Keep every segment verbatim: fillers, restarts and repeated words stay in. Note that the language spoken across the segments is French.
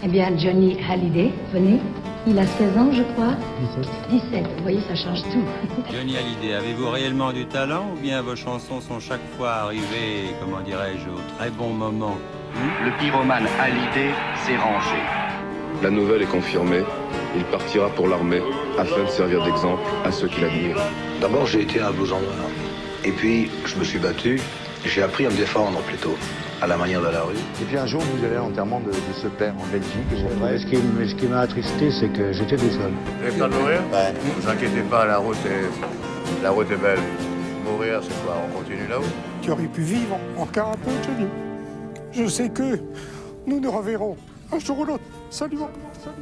Eh bien, Johnny Hallyday, venez. Il a seize ans, je crois. dix-sept. dix-sept, vous voyez, ça change tout. Johnny Hallyday, avez-vous réellement du talent ou bien vos chansons sont chaque fois arrivées, comment dirais-je, au très bon moment hmm Le pyromane Hallyday s'est rangé. La nouvelle est confirmée. Il partira pour l'armée afin de servir d'exemple à ceux qui l'admirent. D'abord, j'ai été un blouson noir. Et puis, je me suis battu. J'ai appris à me défendre plutôt, à la manière de la rue. Et puis un jour, vous allez à l'enterrement de, de ce père en Belgique. Ouais, ce qui, ce qui m'a attristé, c'est que j'étais tout seul. Vous avez peur de mourir? Ouais. Ne vous inquiétez pas, la route est, la route est belle. Mourir, c'est quoi? On continue là-haut? Tu aurais pu vivre encore un peu, Johnny. Je sais que nous nous reverrons un jour ou l'autre. Salut, mon copain, salut.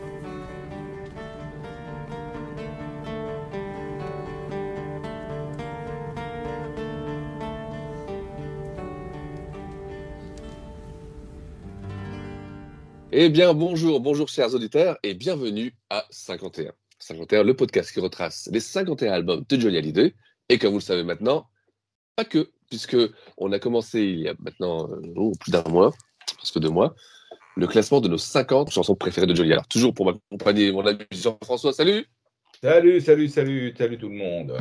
Eh bien, bonjour, bonjour chers auditeurs et bienvenue à cinquante et un. cinquante et un, le podcast qui retrace les cinquante et un albums de Johnny Hallyday. Et comme vous le savez maintenant, pas que, puisque on a commencé il y a maintenant euh, oh, plus d'un mois, presque deux mois, le classement de nos cinquante chansons préférées de Johnny. Alors, toujours pour m'accompagner, mon ami Jean-François, salut. Salut, salut, salut, salut tout le monde.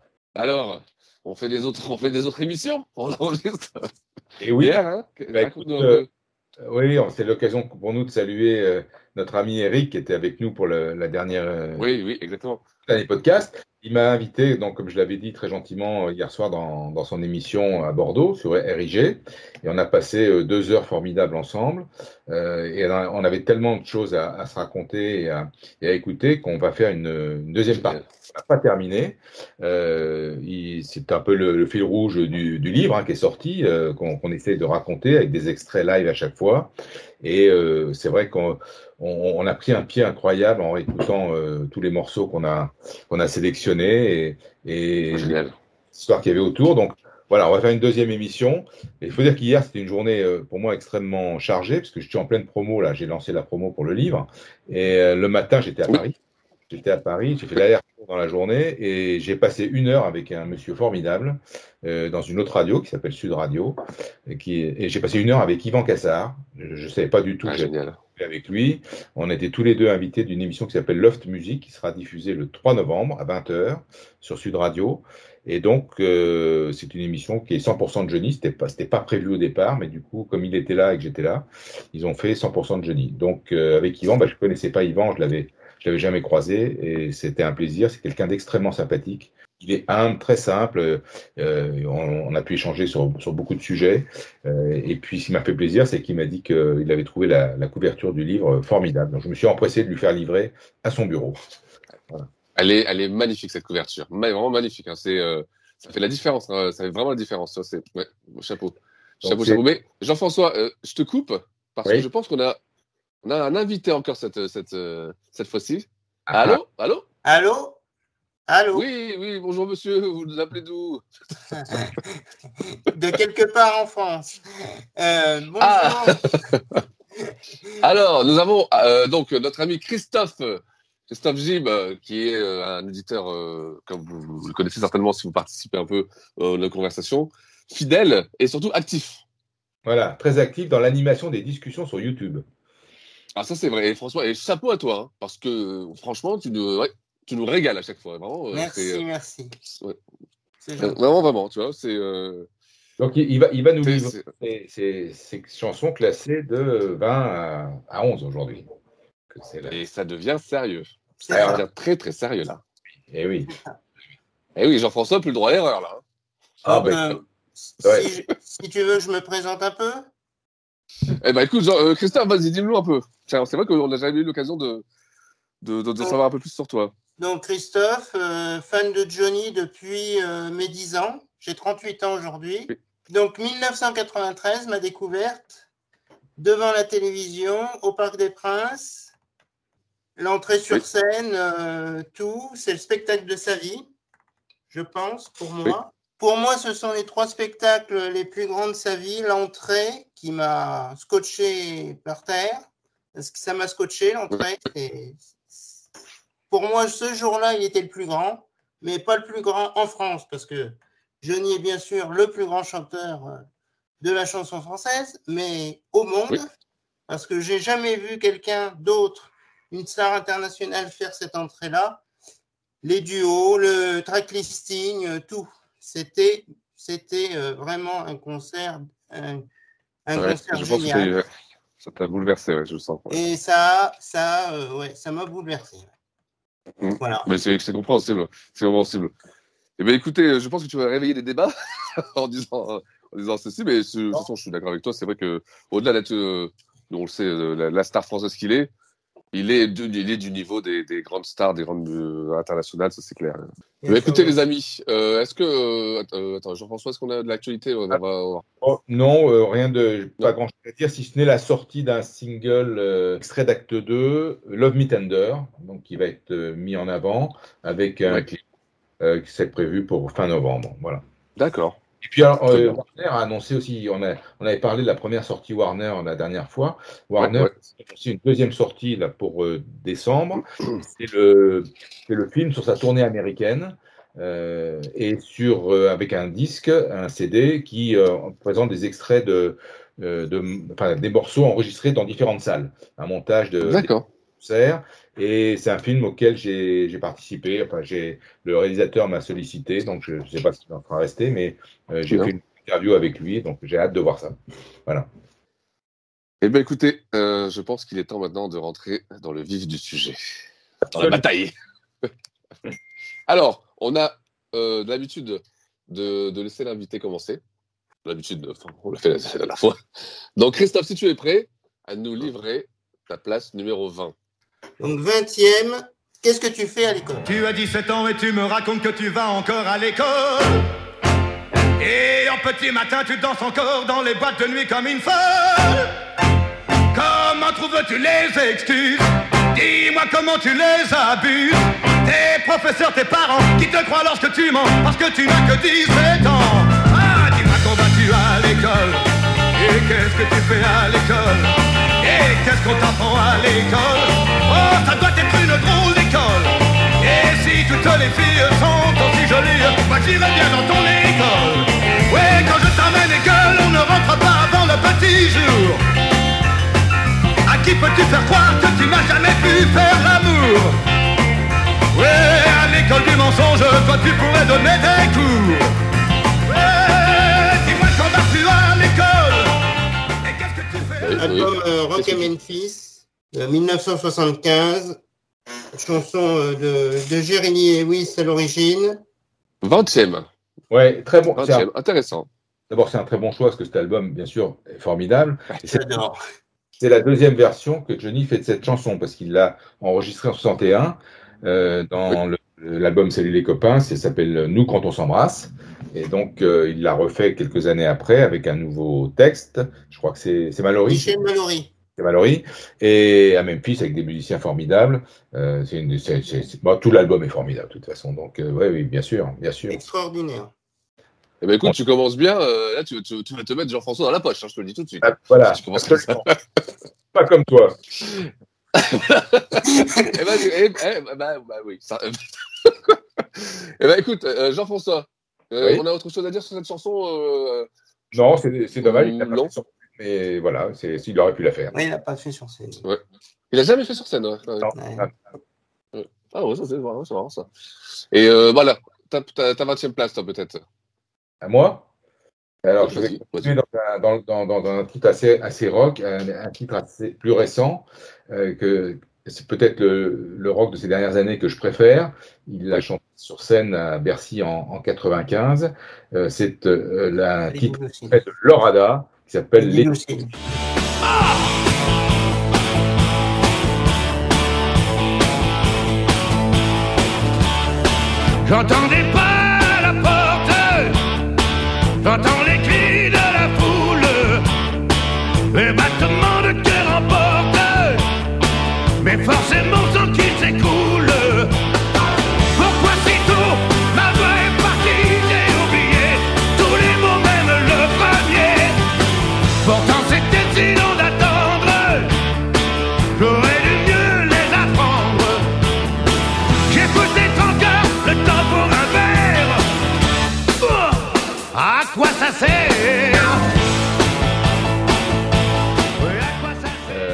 Alors, on fait des autres, on fait des autres émissions, on enregistre. Et oui, Hier, hein, bah, écoute, euh, oui, c'est l'occasion pour nous de saluer euh, notre ami Eric qui était avec nous pour le, la dernière euh, oui, oui, exactement. dernier podcast. Il m'a invité, donc comme je l'avais dit très gentiment euh, hier soir dans, dans son émission à Bordeaux sur R I G, et on a passé euh, deux heures formidables ensemble. Euh, et on avait tellement de choses à, à se raconter et à, et à écouter qu'on va faire une, une deuxième partie. On n'a pas terminé. Euh, il, c'est un peu le, le fil rouge du, du livre hein, qui est sorti, euh, qu'on, qu'on essaie de raconter avec des extraits live à chaque fois. Et euh, c'est vrai qu'on on, on a pris un pied incroyable en écoutant euh, tous les morceaux qu'on a, qu'on a sélectionnés et, et l'histoire qu'il y avait autour. Donc voilà, on va faire une deuxième émission. Et il faut dire qu'hier, c'était une journée euh, pour moi extrêmement chargée, parce que je suis en pleine promo, là, j'ai lancé la promo pour le livre. Et euh, le matin, j'étais à Paris. J'étais à Paris, j'ai fait l'aller-retour dans la journée et j'ai passé une heure avec un monsieur formidable euh, dans une autre radio qui s'appelle Sud Radio. Et, qui, et j'ai passé une heure avec Yvan Cassard. Je ne savais pas du tout ah, que j'étais avec lui. On était tous les deux invités d'une émission qui s'appelle Loft Music, qui sera diffusée le trois novembre à vingt heures sur Sud Radio. Et donc, euh, c'est une émission qui est cent pour cent de Johnny. C'était pas, c'était pas prévu au départ, mais du coup, comme il était là et que j'étais là, ils ont fait cent pour cent de Johnny. Donc, euh, avec Yvan, bah, je connaissais pas Yvan, je l'avais Je l'avais jamais croisé et c'était un plaisir. C'est quelqu'un d'extrêmement sympathique. Il est humble, très simple. Euh, on, on a pu échanger sur, sur beaucoup de sujets. Euh, et puis, ce qui m'a fait plaisir, c'est qu'il m'a dit qu'il avait trouvé la, la couverture du livre formidable. Donc, je me suis empressé de lui faire livrer à son bureau. Voilà. Elle est, elle est magnifique cette couverture, vraiment magnifique. Hein. C'est, euh, ça fait la différence. Hein. Ça fait vraiment la différence. Ça, c'est ouais, chapeau, chapeau, Donc, chapeau. Mais Jean-François, euh, je te coupe parce oui. que je pense qu'on a On a un invité encore cette, cette, cette fois-ci. Ah. Allô Allô Allô Allô Oui, oui, bonjour monsieur, vous nous appelez d'où? De quelque part en France. Euh, bonjour. Ah. Alors, nous avons euh, donc notre ami Christophe, Christophe Gib, qui est euh, un auditeur, euh, comme vous, vous le connaissez certainement si vous participez un peu euh, à nos conversations, fidèle et surtout actif. Voilà, très actif dans l'animation des discussions sur YouTube. Ah ça c'est vrai, et François, et chapeau à toi, hein, parce que franchement, tu nous, ouais, tu nous régales à chaque fois. Vraiment, merci, c'est, merci. Ouais. C'est vraiment, vraiment, tu vois, c'est... Euh... Donc il va, il va nous livrer ces, ces chansons classées de vingt à onze aujourd'hui. La... Et ça devient sérieux. C'est ça devient très très sérieux là. Et oui. Et oui, Jean-François, plus le droit à l'erreur là. Ah, ben, euh, ouais. si, je, si tu veux, je me présente un peu. Eh ben écoute, Jean, euh, Christophe, vas-y, dis-nous un peu. Tiens, c'est vrai qu'on n'a jamais eu l'occasion de, de, de, de savoir un peu plus sur toi. Donc Christophe, euh, fan de Johnny depuis euh, mes dix ans. J'ai trente-huit ans aujourd'hui. Oui. Donc dix-neuf cent quatre-vingt-treize, ma découverte, devant la télévision, au Parc des Princes, l'entrée sur oui. scène, euh, tout, c'est le spectacle de sa vie, je pense, pour moi. Oui. Pour moi, ce sont les trois spectacles les plus grands de sa vie. L'entrée, qui m'a scotché par terre, parce que ça m'a scotché, l'entrée. Et pour moi, ce jour-là, il était le plus grand, mais pas le plus grand en France, parce que Johnny est bien sûr le plus grand chanteur de la chanson française, mais au monde, oui. parce que j'ai jamais vu quelqu'un d'autre, une star internationale, faire cette entrée-là. Les duos, le track listing, euh, tout. C'était, c'était euh, vraiment un concert, un, un ouais, concert je génial. Pense que ça t'a bouleversé, ouais, je le sens. Ouais. Et ça, ça, euh, ouais, ça m'a bouleversé. Mmh. Voilà. Mais c'est, c'est compréhensible, c'est compréhensible. Eh bien, écoutez, je pense que tu vas réveiller des débats en disant, en disant ceci, mais de toute façon, je suis d'accord avec toi. C'est vrai que au-delà d'être, euh, on le sait, euh, la, la star française qu'il est, il est du, il est du niveau des, des grandes stars, des grandes euh, internationales, ça c'est clair. Mais écoutez, les amis, euh, est-ce que euh, euh, attends, Jean-François, est-ce qu'on a de l'actualité? On va, on va... Oh, non, euh, rien de pas grand-chose à dire, si ce n'est la sortie d'un single euh, extrait d'acte deux, Love Me Tender, donc qui va être euh, mis en avant avec un ouais. clip euh, qui s'est prévu pour fin novembre. Voilà. D'accord. Et puis alors, euh, Warner a annoncé aussi, on, a, on avait parlé de la première sortie Warner la dernière fois. Warner ouais, ouais. a annoncé une deuxième sortie là, pour euh, décembre. C'est le, c'est le film sur sa tournée américaine euh, et sur, euh, avec un disque, un C D qui euh, présente des extraits de, euh, de, enfin, des morceaux enregistrés dans différentes salles. Un montage de concerts. Et c'est un film auquel j'ai, j'ai participé. Enfin, j'ai, le réalisateur m'a sollicité, donc je ne sais pas s'il va en rester, mais euh, j'ai non. fait une interview avec lui, donc j'ai hâte de voir ça. Voilà. Eh bien, écoutez, euh, je pense qu'il est temps maintenant de rentrer dans le vif du sujet, dans la bataille. Alors, on a euh, l'habitude de, de laisser l'invité commencer. L'habitude, enfin, on l'a fait la dernière fois. Donc, Christophe, si tu es prêt à nous livrer ta place numéro vingt. Donc, vingtième, qu'est-ce que tu fais à l'école? Tu as dix-sept ans et tu me racontes que tu vas encore à l'école. Et en petit matin, tu danses encore dans les boîtes de nuit comme une folle. Comment trouves-tu les excuses? Dis-moi comment tu les abuses. Tes professeurs, tes parents qui te croient lorsque tu mens parce que tu n'as que dix-sept ans. Ah, dis-moi quand vas-tu à l'école? Et qu'est-ce que tu fais à l'école? Et qu'est-ce qu'on t'apprend à l'école? Oh, ça doit être une drôle d'école. Et si toutes les filles sont aussi jolies, moi j'irai bien dans ton école. Ouais, quand je t'amène école, on ne rentre pas avant le petit jour. À qui peux-tu faire croire que tu n'as jamais pu faire l'amour? Ouais, à l'école du mensonge, toi tu pourrais donner des cours. Ouais, dis-moi quand vas-tu à l'école? Et qu'est-ce que tu fais? Album euh, Rock et Memphis, de dix-neuf cent soixante-quinze, chanson euh, de, de Jerry Lewis à l'origine. vingtième. Ouais, très bon. vingtième, un... intéressant. D'abord, c'est un très bon choix parce que cet album, bien sûr, est formidable. Et c'est, c'est la deuxième version que Johnny fait de cette chanson parce qu'il l'a enregistrée en soixante et un euh, dans oui. le, l'album Salut les copains. Ça s'appelle Nous quand on s'embrasse. Et donc, euh, il l'a refait quelques années après avec un nouveau texte. Je crois que c'est, c'est Mallory. Michel Mallory. C'est Mallory. Et à Memphis avec des musiciens formidables. Euh, c'est une, c'est, c'est, c'est, bon, tout l'album est formidable de toute façon. Donc, euh, ouais, oui, bien sûr, bien sûr. Extraordinaire. Eh ben écoute, tu commences bien. Euh, là, tu, tu, tu vas te mettre Jean-François dans la poche. Hein, je te le dis tout de suite. Ah, voilà. Si tu commences comme ça. Pas comme toi. eh ben, eh, eh, bah, bah oui. Ça... eh ben écoute, euh, Jean-François, euh, oui. on a autre chose à dire sur cette chanson euh... Non, c'est, c'est dommage. Il n'a pas fait sur... Mais voilà, c'est, il aurait pu la faire. Oui, il n'a pas fait sur scène. Ouais. Il n'a jamais fait sur scène. Ouais. Non. Ouais. Ah ouais, ça c'est marrant, c'est marrant ça. Et euh, voilà, ta, ta, ta vingtième place, toi peut-être. À moi? Alors, ouais, je vais continuer dans un, dans, dans, dans un titre assez, assez rock, un, un titre assez plus récent, euh, que c'est peut-être le, le rock de ces dernières années que je préfère. Il l'a chanté sur scène à Bercy en, en quatre-vingt-quinze. Euh, c'est euh, la, un titre de Lorada qui s'appelle Les Dossiers. Ah J'entendais pas à la porte, j'entends les cris de la foule, les battements de cœur emportent, mais forcément sans qu'il s'écoule. Pourquoi si tôt ma voix est partie, j'ai oublié tous les mots, même le premier. Pourtant c'était si long d'attendre, j'aurais dû mieux les apprendre. J'ai posé ton cœur le temps pour un verre. Oh, à quoi ça sert?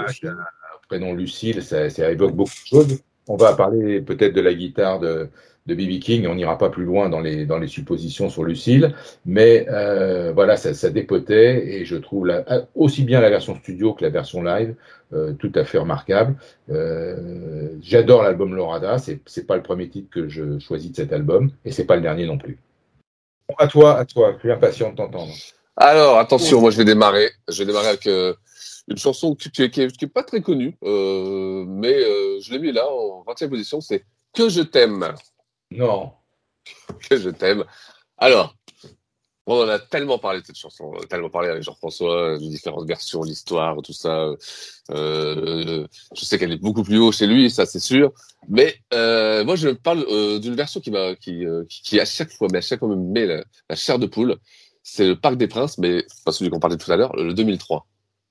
avec un prénom Lucille, ça, ça évoque beaucoup de choses. On va parler peut-être de la guitare de, de B B King, on n'ira pas plus loin dans les, dans les suppositions sur Lucille, mais euh, voilà, ça, ça dépotait, et je trouve la, aussi bien la version studio que la version live euh, tout à fait remarquable. Euh, j'adore l'album Lorada, c'est, c'est pas le premier titre que je choisis de cet album, et c'est pas le dernier non plus. Bon, à toi, à toi, je suis impatient de t'entendre. Alors, attention, moi je vais démarrer, je vais démarrer avec euh, une chanson qui, qui, qui, est, qui est pas très connue, euh, mais euh, je l'ai mis là en vingtième position, c'est « Que je t'aime ». Non. Que je t'aime. Alors, on en a tellement parlé de cette chanson, tellement parlé avec Jean-François, de différentes versions, l'histoire, tout ça. Euh, je sais qu'elle est beaucoup plus haut chez lui, ça c'est sûr. Mais euh, moi, je parle euh, d'une version qui m'a, qui, euh, qui, qui à chaque fois, mais à chaque fois me met la, la chair de poule. C'est le Parc des Princes, mais pas celui qu'on parlait tout à l'heure, le deux mille trois,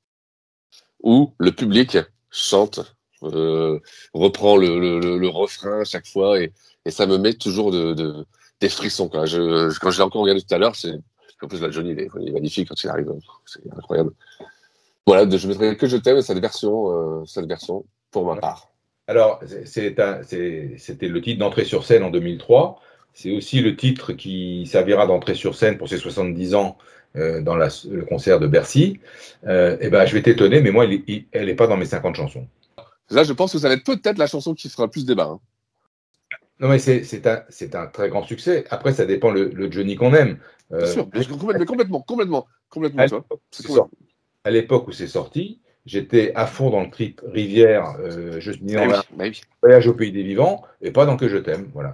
où le public chante, euh, reprend le, le, le, le refrain à chaque fois, et Et ça me met toujours de, de, des frissons, quoi. Je, je, quand je l'ai encore regardé tout à l'heure, c'est, en plus, là, Johnny, il est, il est magnifique quand il arrive. C'est incroyable. Voilà, je mettrai Que je t'aime, cette version, euh, cette version, pour ma part. Alors, c'est un, c'est, c'était le titre d'entrée sur scène en deux mille trois. C'est aussi le titre qui servira d'entrée sur scène pour ses soixante-dix ans euh, dans la, le concert de Bercy. Euh, et ben, je vais t'étonner, mais moi, il, il, elle n'est pas dans mes cinquante chansons. Là, je pense que ça va être peut-être la chanson qui fera le plus débat. Hein. Non, mais c'est, c'est, un, c'est un très grand succès. Après, ça dépend le, le Johnny qu'on aime. Euh, Bien sûr, mais, mais complètement, complètement, complètement. À tu vois, c'est sorti, à l'époque où c'est sorti, j'étais à fond dans le trip Rivière, euh, je suis dans bah oui, bah oui. Voyage au pays des vivants, et pas dans Que je t'aime, voilà.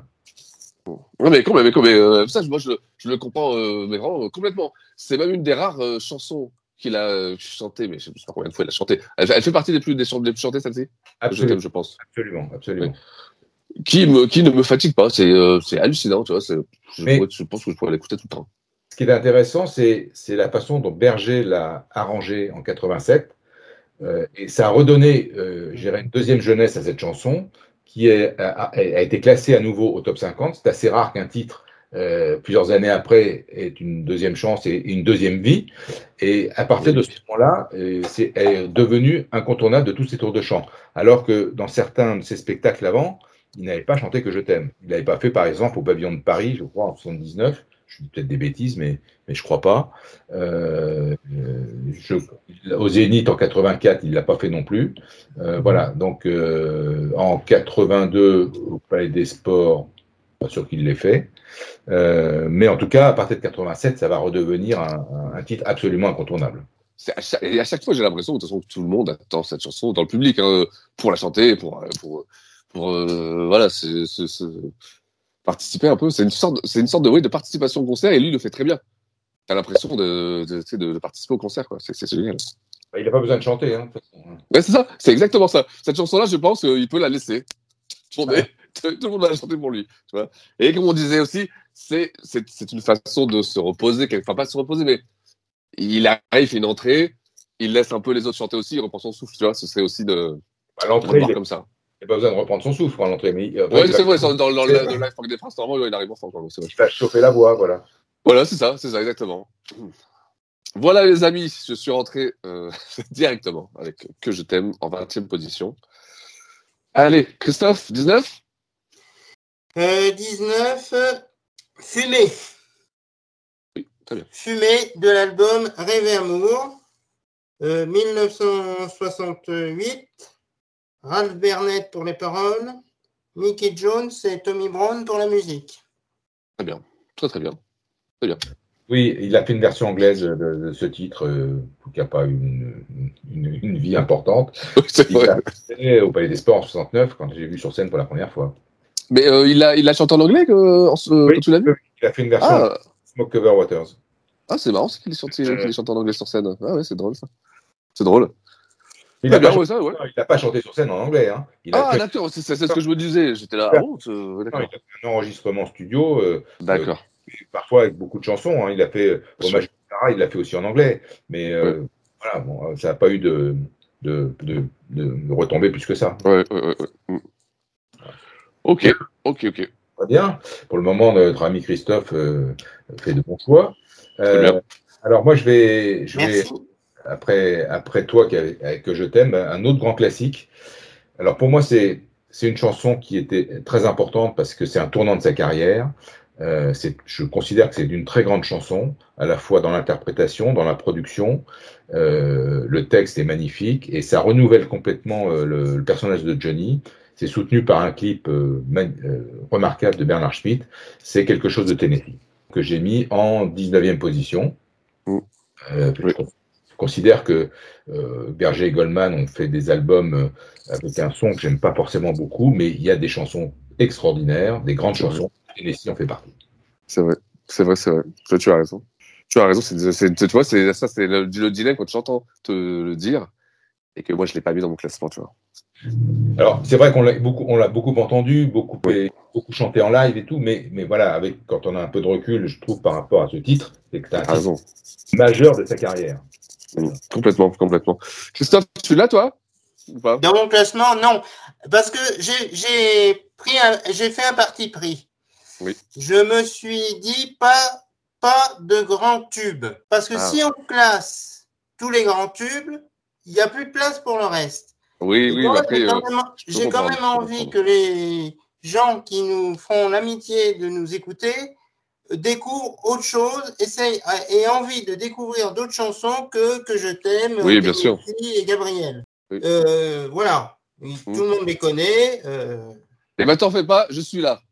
Non, mais, mais, mais euh, ça, moi, je, je le comprends euh, mais vraiment euh, complètement. C'est même une des rares euh, chansons qu'il a euh, chantées, mais je ne sais pas combien de fois il a chanté. Elle, elle fait partie des plus, des, des plus chantées, celle-ci. Absolument, je t'aime, je pense. Absolument, absolument. Oui. Qui, me, qui ne me fatigue pas, c'est, euh, c'est hallucinant, tu vois. C'est, je, mais, pourrais, je pense que je pourrais l'écouter tout le temps. Ce qui est intéressant, c'est, c'est la façon dont Berger l'a arrangé en quatre-vingt-sept. Euh, et ça a redonné, euh, je dirais, une deuxième jeunesse à cette chanson, qui est, a, a été classée à nouveau au top cinquante. C'est assez rare qu'un titre, euh, plusieurs années après, ait une deuxième chance et une deuxième vie. Et à partir de ce moment-là, euh, c'est, elle est devenue incontournable de tous ces tours de chant. Alors que dans certains de ses spectacles avant, il n'avait pas chanté Que je t'aime. Il n'avait pas fait, par exemple, au Pavillon de Paris, je crois, en soixante-dix-neuf. Je dis peut-être des bêtises, mais, mais je crois pas. Euh, je, au Zénith en quatre-vingt-quatre, il l'a pas fait non plus. Euh, voilà. Donc euh, en quatre-vingt-deux, au Palais des Sports, pas sûr qu'il l'ait fait. Euh, mais en tout cas, à partir de quatre-vingt-sept, ça va redevenir un, un titre absolument incontournable. C'est à chaque, et à chaque fois, j'ai l'impression de toute façon que tout le monde attend cette chanson dans le public hein, pour la chanter, pour pour pour euh, voilà, c'est, c'est, c'est participer un peu. C'est une sorte, c'est une sorte de oui, de participation au concert, et lui il le fait très bien. T'as l'impression de de, de, de participer au concert, quoi. C'est, c'est génial. Il n'a pas besoin de chanter, hein. Ouais, c'est ça. C'est exactement ça. Cette chanson-là, je pense qu'il peut la laisser tourner. Ouais. Tout le monde va la chanter pour lui, tu vois. Et comme on disait aussi, c'est c'est c'est une façon de se reposer, enfin pas se reposer, mais il arrive, il fait une entrée, il laisse un peu les autres chanter aussi, il reprend son souffle, tu vois. Ce serait aussi de, à l'entrée, de il est... comme ça. Il n'a pas besoin de reprendre son souffle à l'entrée. Mais ouais, c'est vrai, dans, dans, dans le live Parc des Princes, normalement, il arrive en encore. Il va chauffer la voix, voilà. Voilà, c'est ça, c'est ça, exactement. Voilà, les amis, je suis rentré euh, directement avec Que je t'aime en vingtième position. Allez, Christophe, dix-neuf euh, dix-neuf, Fumée. Oui, très bien. Fumée de l'album Rêve et Amour, euh, dix-neuf cent soixante-huit. Ralph Burnett pour les paroles, Mickey Jones et Tommy Brown pour la musique. Très bien, très très bien. Très bien. Oui, il a fait une version anglaise de, de ce titre euh, qui n'a pas une, une, une vie importante. C'est il a fait au Palais des Sports en soixante-neuf quand j'ai vu sur scène pour la première fois. Mais euh, il, a, il a chanté en anglais que, en, oui, quand tu l'as vu. Il a fait une version ah. Smoke Cover Waters. Ah, c'est marrant, c'est qu'il est chanté, euh... qu'il est chanté en anglais sur scène. Ah ouais, c'est drôle ça. C'est drôle. Il n'a pas, ouais, ouais. pas chanté sur scène en anglais. Hein. Il ah, fait... d'accord, c'est, c'est, c'est ce que je me disais. J'étais là, ah bon, euh, d'accord. Non, il a fait un enregistrement studio. Euh, d'accord. Euh, parfois avec beaucoup de chansons. Hein. Il a fait Hommage à Sarah, il l'a fait aussi en anglais. Mais euh, ouais. voilà, bon, ça n'a pas eu de, de, de, de, de retombées plus que ça. Ouais, ouais, ouais. ouais. Ok, ok, ok. Très bien. Pour le moment, notre ami Christophe euh, fait de bons choix. Euh, alors moi, je vais, je vais après, après toi, que, que je t'aime, un autre grand classique. Alors pour moi, c'est, c'est une chanson qui était très importante parce que c'est un tournant de sa carrière. Euh, c'est, je considère que c'est une très grande chanson, à la fois dans l'interprétation, dans la production. Euh, le texte est magnifique et ça renouvelle complètement euh, le, le personnage de Johnny. C'est soutenu par un clip euh, man, euh, remarquable de Bernard Schmitt. C'est quelque chose de Tennessee que j'ai mis en dix-neuvième position. Mmh. Euh, oui. Je considère que euh, Berger et Goldman ont fait des albums euh, avec un son que j'aime pas forcément beaucoup, mais il y a des chansons extraordinaires, des grandes chansons. Tennessee en fait partie. C'est vrai, c'est vrai, c'est vrai. Tu, tu as raison. Tu as raison. C'est, c'est, tu vois, c'est ça, c'est le, le dilemme quand j'entends te le dire et que moi je l'ai pas mis dans mon classement, tu vois. Alors c'est vrai qu'on l'a beaucoup, on l'a beaucoup entendu, beaucoup, oui. beaucoup chanté en live et tout, mais mais voilà, avec quand on a un peu de recul, je trouve par rapport à ce titre, c'est que tu as raison majeur de sa carrière. Mmh, complètement, complètement. Christophe, tu l'as toi ou pas? Dans mon classement, non, parce que j'ai j'ai pris, un, j'ai fait un parti pris. Oui. Je me suis dit pas, pas de grands tubes. Parce que ah. si on classe tous les grands tubes, il n'y a plus de place pour le reste. Oui, oui, moi, après, j'ai quand euh, même, j'ai quand même envie que les gens qui nous feront l'amitié de nous écouter découvrent autre chose, essayent, aient envie de découvrir d'autres chansons que, que Je t'aime, oui, bien sûr. et Gabriel. Oui. Euh, voilà. Tout mmh. le monde les connaît. Euh... Et ben t'en fais pas, je suis là.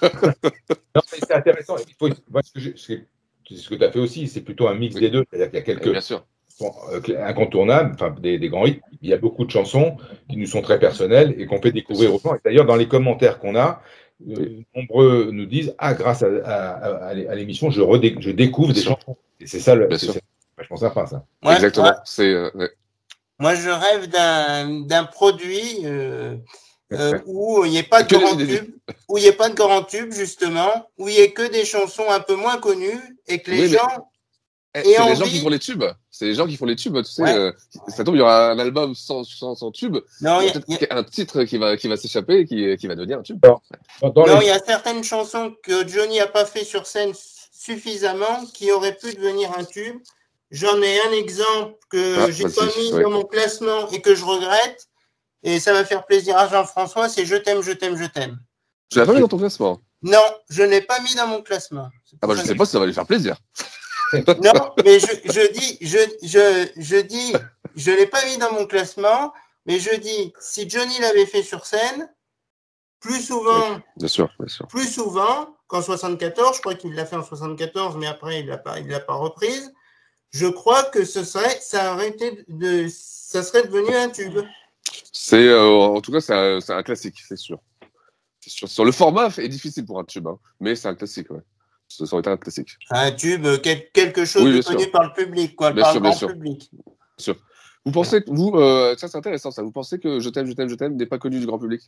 Non, mais c'est intéressant. Il faut, moi, ce que j'ai, c'est ce que tu as fait aussi, c'est plutôt un mix oui. des deux. C'est-à-dire qu'il y a quelques bien sûr. Bon, euh, incontournables, enfin des, des grands hits. Il y a beaucoup de chansons qui nous sont très personnelles et qu'on fait découvrir aux gens. Et d'ailleurs, dans les commentaires qu'on a, euh, oui. nombreux nous disent ah grâce à, à, à l'émission, je, redé, je découvre bien des sûr. chansons. Et c'est ça, le, c'est, c'est vachement sympa ça. Ouais, exactement. Ouais. C'est. Euh, ouais. Moi, je rêve d'un, d'un produit. Euh... Euh, où il n'y ait pas de grand tube, où il n'y ait pas de grand tube justement, où il n'y ait que des chansons un peu moins connues et que les oui, gens aient c'est envie... les gens qui font les tubes, c'est les gens qui font les tubes, tu sais, ouais. euh, ça tombe, il y aura un album sans, sans, sans tube, non, il y a peut-être y a... un titre qui va, qui va s'échapper et qui, qui va devenir un tube. Non, non les... il y a certaines chansons que Johnny n'a pas fait sur scène suffisamment qui auraient pu devenir un tube. J'en ai un exemple que ah, j'ai pas mis ouais. dans mon classement et que je regrette. Et ça va faire plaisir à Jean-François, c'est Je t'aime, je t'aime, je t'aime. Tu l'as pas mis dans ton classement? Non, je ne l'ai pas mis dans mon classement. Ah bah je sais pas si ça va lui faire plaisir. Non, mais je, je dis, je, je, je dis, je l'ai pas mis dans mon classement, mais je dis, si Johnny l'avait fait sur scène, plus souvent, oui, bien sûr, bien sûr. plus souvent qu'en soixante-quatorze, je crois qu'il l'a fait en soixante-quatorze, mais après il l'a pas, il l'a pas reprise. Je crois que ce serait, ça aurait été de, ça serait devenu un tube. C'est euh, en tout cas c'est un, c'est un classique, c'est sûr. C'est sûr. Sur le format est difficile pour un tube, hein, mais c'est un classique, ouais. Ça aurait été un classique. Un tube, quel, quelque chose oui, de connu sûr. Par le public, quoi, bien par sûr, le grand sûr. public. Bien sûr. Vous pensez, vous, euh, ça c'est intéressant, ça. Vous pensez que Je t'aime, je t'aime, je t'aime n'est pas connu du grand public?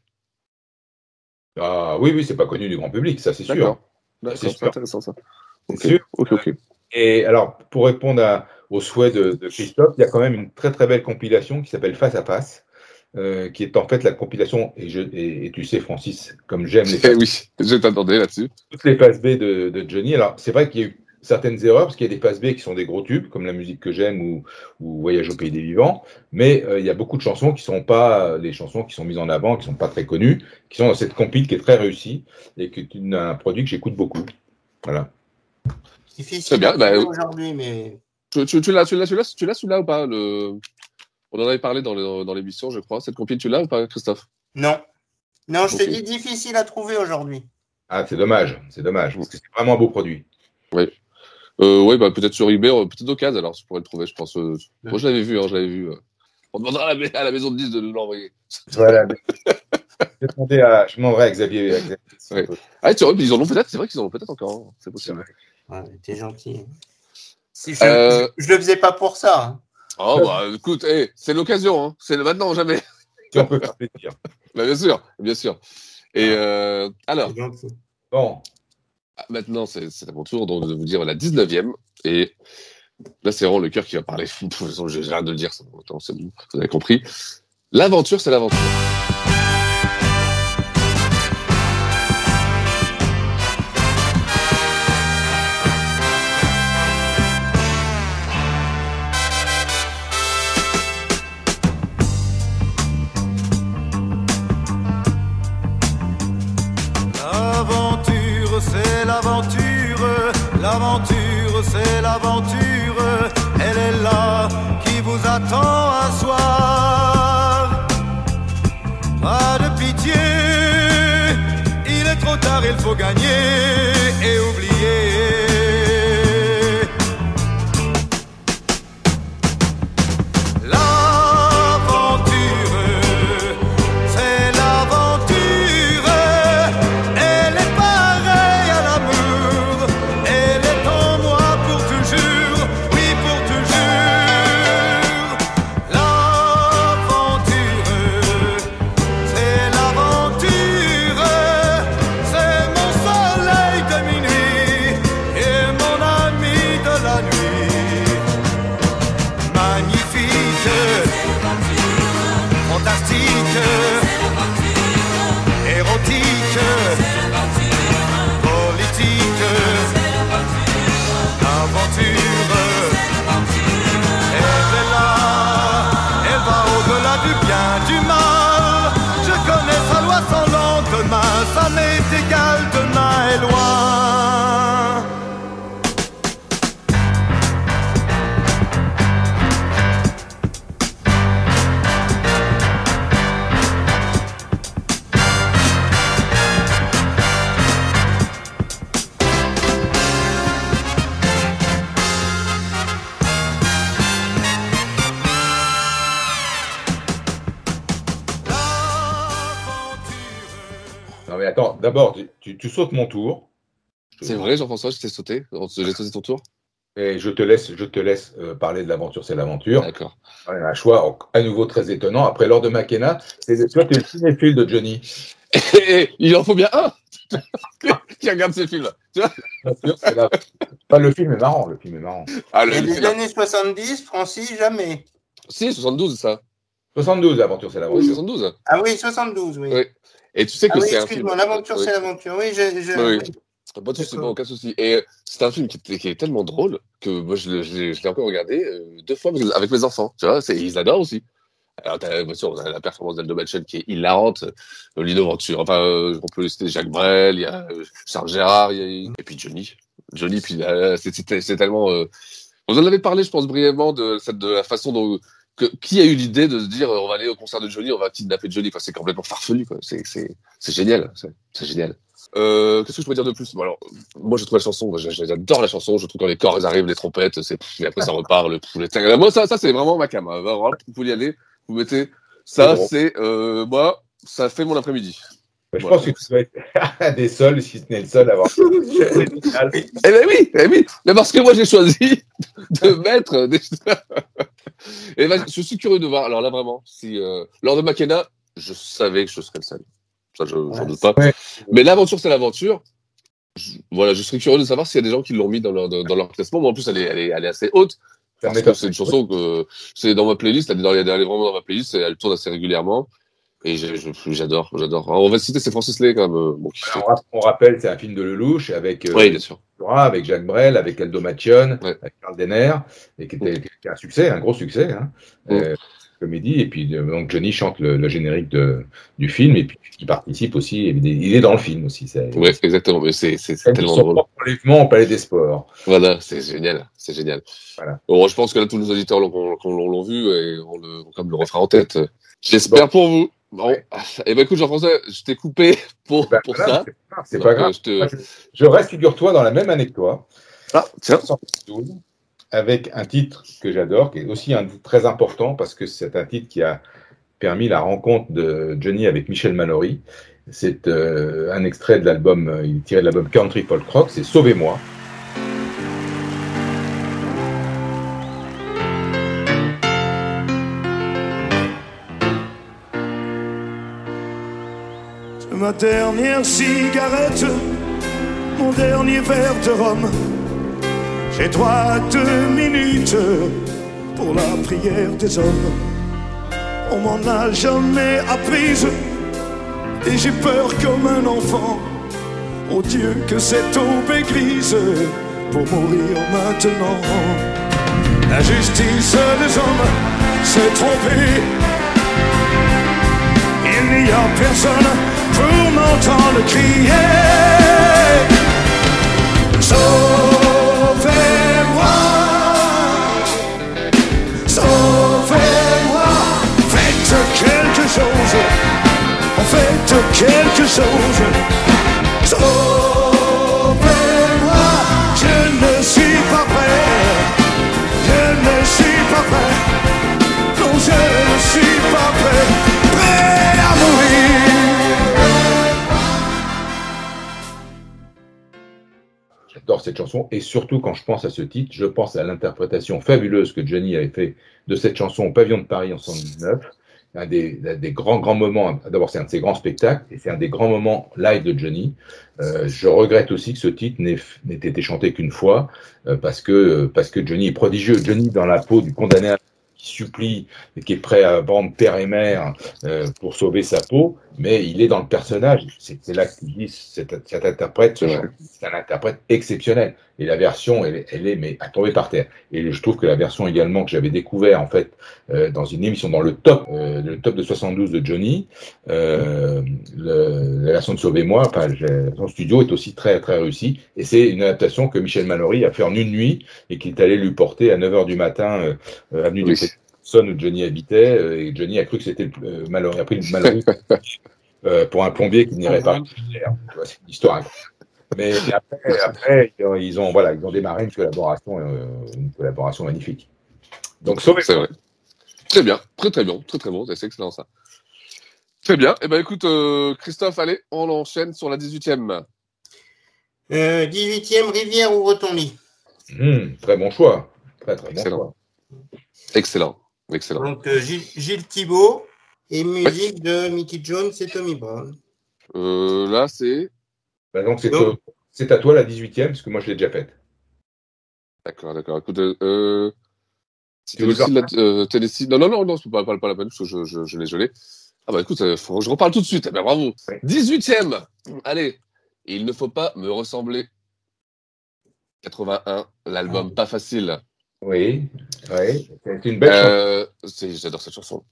Ah oui, oui, c'est pas connu du grand public, ça c'est D'accord. sûr. D'accord, c'est, c'est sûr. intéressant ça. C'est okay. sûr. Ok, ok. Et alors, pour répondre à, au souhait de, de Christophe, il y a quand même une très très belle compilation qui s'appelle Face à Face. Euh, qui est en fait la compilation, et, je, et, et tu sais Francis, comme j'aime les faces, oui, je t'attendais là-dessus. Toutes les faces B de, de Johnny. Alors c'est vrai qu'il y a eu certaines erreurs, parce qu'il y a des faces B qui sont des gros tubes, comme La musique que j'aime ou, ou Voyage au pays des vivants, mais euh, il y a beaucoup de chansons qui sont pas les chansons qui sont mises en avant, qui sont pas très connues, qui sont dans cette compile qui est très réussie, et qui est une, un produit que j'écoute beaucoup. Voilà. Difficile bien, bah, aujourd'hui, mais... Tu, tu, tu, l'as, tu, l'as, tu, l'as, tu l'as celui-là ou pas le... On en avait parlé dans, le, dans l'émission, je crois. Cette compil, tu l'as ou pas, Christophe? Non. Non, je okay. te dis difficile à trouver aujourd'hui. Ah, c'est dommage. C'est dommage, parce que c'est vraiment un beau produit. Oui. Euh, oui, bah, peut-être sur eBay, peut-être d'occasion, alors, je pourrais le trouver, je pense. Euh... Ouais. Moi, je l'avais vu, hein, je l'avais vu. Euh... On demandera à la, à la maison de disques de l'envoyer. Voilà. je, demanderai à, je demanderai à Xavier. À Xavier. Ouais. Ah, tu vois, ils en ont peut-être, c'est vrai qu'ils en ont peut-être encore. Hein. C'est possible. Ouais, t'es gentil. Si je, euh... je, je le faisais pas pour ça. Hein. Oh, bah, écoute, hey, c'est l'occasion, hein. C'est le maintenant ou jamais. Si on peut faire plaisir. Bah, bien sûr, bien sûr. Et euh, alors, bon. Maintenant, c'est, c'est à mon tour donc, de vous dire la dix-neuvième. Et là, c'est vraiment le cœur qui va parler. De toute façon, j'ai rien de le dire, c'est bon, c'est bon, vous avez compris. L'aventure, c'est l'aventure. L'aventure, c'est l'aventure, elle est là, qui vous attend un soir. Pas de pitié, il est trop tard, il faut gagner et oublier. Ça m'est égal, demain est loin. Non mais attends, d'abord, tu, tu, tu sautes mon tour. C'est vrai, Jean-François, je t'ai sauté. J'ai sauté ton tour. Et je te laisse, je te laisse euh, parler de l'aventure, c'est l'aventure. D'accord. Ouais, un choix à nouveau très étonnant. Après Lord de McKenna, c'est, toi, tu es le cinéphile de Johnny. Et il en faut bien un qui regarde ces films. Tu vois c'est la... Enfin, le film est marrant, le film est marrant. Ah, le... Et les années soixante-dix, Francis, jamais. Si, soixante-douze, ça. soixante-douze, l'aventure, c'est l'aventure. Oui, soixante-douze. Ah oui, soixante-douze, oui. oui. Et tu sais que ah oui, c'est un film. L'aventure, oui. c'est l'aventure. Oui, je. je... Oui. Pas de souci, pas aucun souci. Et c'est un film qui est, qui est tellement drôle que moi je, je, je l'ai encore regardé euh, deux fois avec mes enfants. Tu vois, c'est, ils adorent aussi. Alors, t'as, bien sûr, on a la performance d'Aldo Machel qui est hilarante, euh, Lino Ventura, enfin, euh, on peut citer Jacques Brel, il y a euh, Charles Gérard, il y a, et puis Johnny. Johnny, puis euh, c'est, c'est, c'est tellement. Euh... Vous en avez parlé, je pense, brièvement de, cette, de la façon dont. Que, qui a eu l'idée de se dire on va aller au concert de Johnny, on va kidnapper Johnny, enfin, c'est complètement farfelu, quoi. C'est, c'est, c'est génial, c'est, c'est génial. Euh, qu'est-ce que je peux dire de plus? Bon, alors, moi, je trouve la chanson, j'adore la chanson, je trouve quand les corps ils arrivent, les trompettes, c'est, et après ça repart, le poulet. Moi, ça, ça, c'est vraiment ma cam. Hein. Vous pouvez y aller, vous mettez, ça, c'est, c'est euh, moi, ça fait mon après-midi. Je voilà. pense que tu dois être un des seuls, si ce n'est le seul, à avoir. Eh ben oui, eh oui, mais parce que moi, j'ai choisi de mettre des. Et ben, je suis curieux de voir, alors là, vraiment, si, euh, lors de McKenna, je savais que je serais le seul. Ça, je, ouais, j'en doute pas. Ouais. Mais l'aventure, c'est l'aventure. Je, voilà, je serais curieux de savoir s'il y a des gens qui l'ont mis dans leur, dans leur classement. Moi, en plus, elle est, elle est, elle est assez haute. Parce que c'est une chanson que c'est dans ma playlist. Elle est, dans, elle est vraiment dans ma playlist. Elle tourne assez régulièrement. Et je, je, j'adore, j'adore. Alors, on va citer, c'est Francis Lay, quand même. Bon, Alors, on rappelle, c'est un film de Lelouch avec, euh, oui, bien sûr. avec Jacques Brel, avec Aldo Machon, ouais. avec Karl Denner, et qui était, qui était un succès, un gros succès, hein. Mm. Euh, comédie, et puis donc Johnny chante le, le générique de, du film, et puis il participe aussi, il est dans le film aussi. Oui, exactement, mais c'est, c'est, c'est tellement drôle. Enlèvement au Palais des Sports. Voilà, c'est génial, c'est génial. Voilà. Bon, je pense que là, tous nos auditeurs l'ont, l'ont, l'ont vu, et on le, comme le refera en tête. J'espère bon. pour vous. Bon, ouais. Et ben écoute, Jean-François, je t'ai coupé pour, ben, pour voilà, ça. C'est pas, c'est pas grave. Je, te... je, je reste, figure-toi, dans la même année que toi. Ah, tiens. Avec un titre que j'adore, qui est aussi un titre très important, parce que c'est un titre qui a permis la rencontre de Johnny avec Michel Mallory. C'est euh, un extrait de l'album, euh, il est tiré de l'album Country Folk Rock, c'est Sauvez-moi. Ma dernière cigarette, mon dernier verre de rhum. J'ai droit à deux minutes pour la prière des hommes. On m'en a jamais apprise et j'ai peur comme un enfant. Oh Dieu, que cette aube est grise pour mourir maintenant. La justice des hommes s'est trompée. Il n'y a personne pour m'entendre crier. So cette chanson. Et surtout, quand je pense à ce titre, je pense à l'interprétation fabuleuse que Johnny avait fait de cette chanson au Pavillon de Paris en soixante-dix-neuf. Un des, des grands, grands moments. D'abord, c'est un de ses grands spectacles et c'est un des grands moments live de Johnny. Euh, je regrette aussi que ce titre n'ait, n'ait été chanté qu'une fois euh, parce que, parce que Johnny est prodigieux. Johnny dans la peau du condamné à qui supplie et qui est prêt à vendre père et mère euh, pour sauver sa peau, mais il est dans le personnage. C'est, c'est là qu'il dit cet, cet interprète, ce genre, c'est un interprète exceptionnel. Et la version, elle, elle est mais à tomber par terre. Et je trouve que la version également que j'avais découvert en fait euh, dans une émission dans le top, euh, le top de soixante-douze de Johnny, euh, le, la version de Sauvez-moi, enfin son studio est aussi très très réussi. Et c'est une adaptation que Michel Mallory a fait en une nuit et qu'il est allé lui porter à neuf heures du matin euh, avenue oui. du Son où Johnny habitait, euh, et Johnny a cru que c'était euh, Mallory. Après, le Mallory euh, pour un plombier qui n'irait pas. C'est une histoire incroyable. Mais après, après, ils ont, voilà, ils ont démarré une collaboration, euh, une collaboration magnifique. Donc, sauvez. C'est vrai. Très bien, très très bien, très très bon, c'est excellent ça. Très bien. Eh ben, écoute, euh, Christophe, allez, on enchaîne sur la dix-huitième. Euh, dix-huitième, Rivière ouvre ton lit. Mmh, très bon choix. Très très excellent. bon choix. Excellent. Excellent. Donc, euh, Gilles, Gilles Thibault et musique ouais. de Mickey Jones et Tommy Brown. Euh, là, c'est. Bah donc, c'est, donc... Toi, c'est à toi la dix-huitième, parce que moi, je l'ai déjà faite. D'accord, d'accord. Écoute, euh. Si tu veux aussi la euh, Tennessee. Non, non, non, non, c'est pas, pas, pas la peine, parce que je, je, je l'ai gelé. Ah, bah écoute, euh, faut, je reparle tout de suite. Eh ben, bravo. Ouais. dix-huitième. Allez. Il ne faut pas me ressembler. quatre-vingt-un, l'album ah. Pas facile. Oui, oui, c'est une belle euh, chanson. C'est, j'adore cette chanson.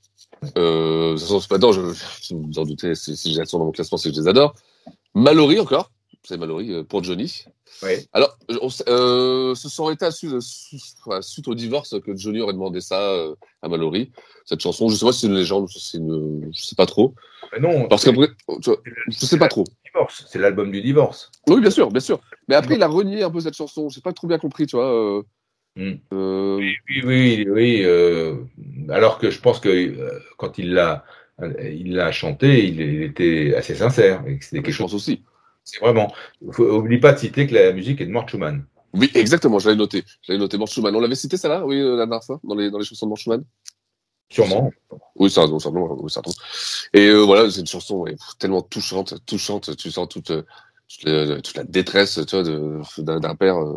Euh, cette chanson, c'est pas dedans, je, je vous en doutez, si, si j'ai elles sont dans mon classement, c'est que je les adore. Mallory encore, c'est Mallory pour Johnny. Oui. Alors, on, euh, ce serait été suite, suite au divorce que Johnny aurait demandé ça euh, à Mallory. Cette chanson, je sais pas si c'est une légende, c'est une, je sais pas trop. Mais non. Parce qu'après, tu vois, je sais pas trop. Divorce, c'est l'album du divorce. Oui, bien sûr, bien sûr. Mais après, il a renié un peu cette chanson. J'ai pas trop bien compris, tu vois. Euh, Mmh. Euh... Oui, oui, oui. oui euh, alors que je pense que euh, quand il l'a, il l'a chanté, il, il était assez sincère. Et que c'était quelque chose aussi. C'est vraiment. Faut, oublie pas de citer que la musique est de Mort Schumann. Oui, exactement. Je l'avais noté. Je l'avais noté Mort Schumann. On l'avait cité ça là, oui, la dernière fois, dans les dans les chansons de Mort Schumann. Sûrement. Oui, ça, ça, oui, ça. Et euh, voilà, c'est une chanson ouais, tellement touchante, touchante. Tu sens toute, toute, la, toute la détresse, tu vois, de, d'un, d'un père. Euh,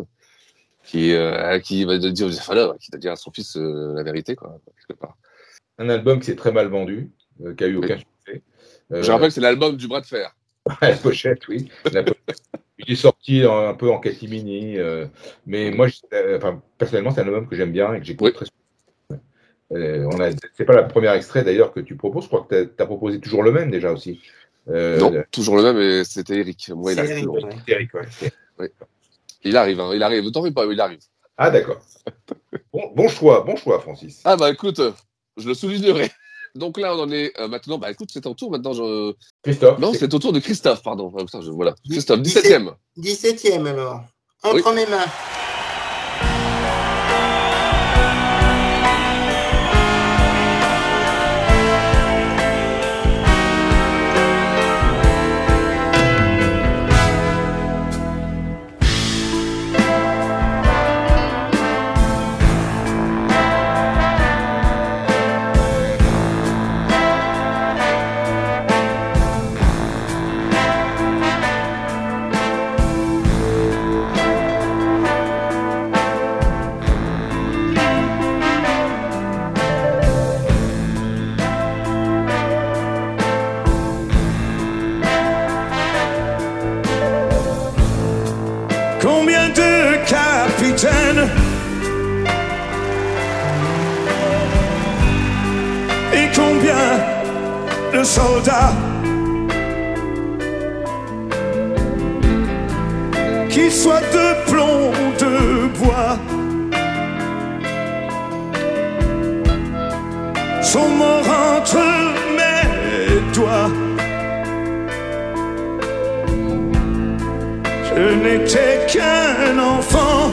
qui euh, qui va dire enfin, qui va dire à son fils euh, la vérité quoi quelque part. Un album qui s'est très mal vendu, euh, qui a eu aucun oui. succès. Euh, Je rappelle que c'est l'album du bras de fer. La pochette, oui. La pochette. Il est sorti un, un peu en catimini, euh, mais moi, enfin, personnellement, c'est un album que j'aime bien et que j'écoute oui. très souvent. Euh, on a, c'est pas le premier extrait d'ailleurs que tu proposes. Je crois que tu as proposé toujours le même déjà aussi. Euh, non, le... toujours le même, et c'était Eric. Moi, c'est Eric, ouais. C'est Eric, ouais. Oui. Il arrive, hein, il arrive. Ne t'en fais pas, il arrive. Ah, d'accord. Bon, bon choix, bon choix, Francis. Ah, bah écoute, je le soulignerai. Donc là, on en est euh, maintenant. Bah écoute, c'est ton tour maintenant. Je... Christophe. Non, c'est... c'est au tour de Christophe, pardon. Enfin, je... Voilà. Christophe, dix-septième. dix-septième alors. Entre oui. mes mains. Combien de capitaines et combien de soldats qui soient de plomb, de bois sont morts entre mes doigts. Je n'étais qu'un enfant.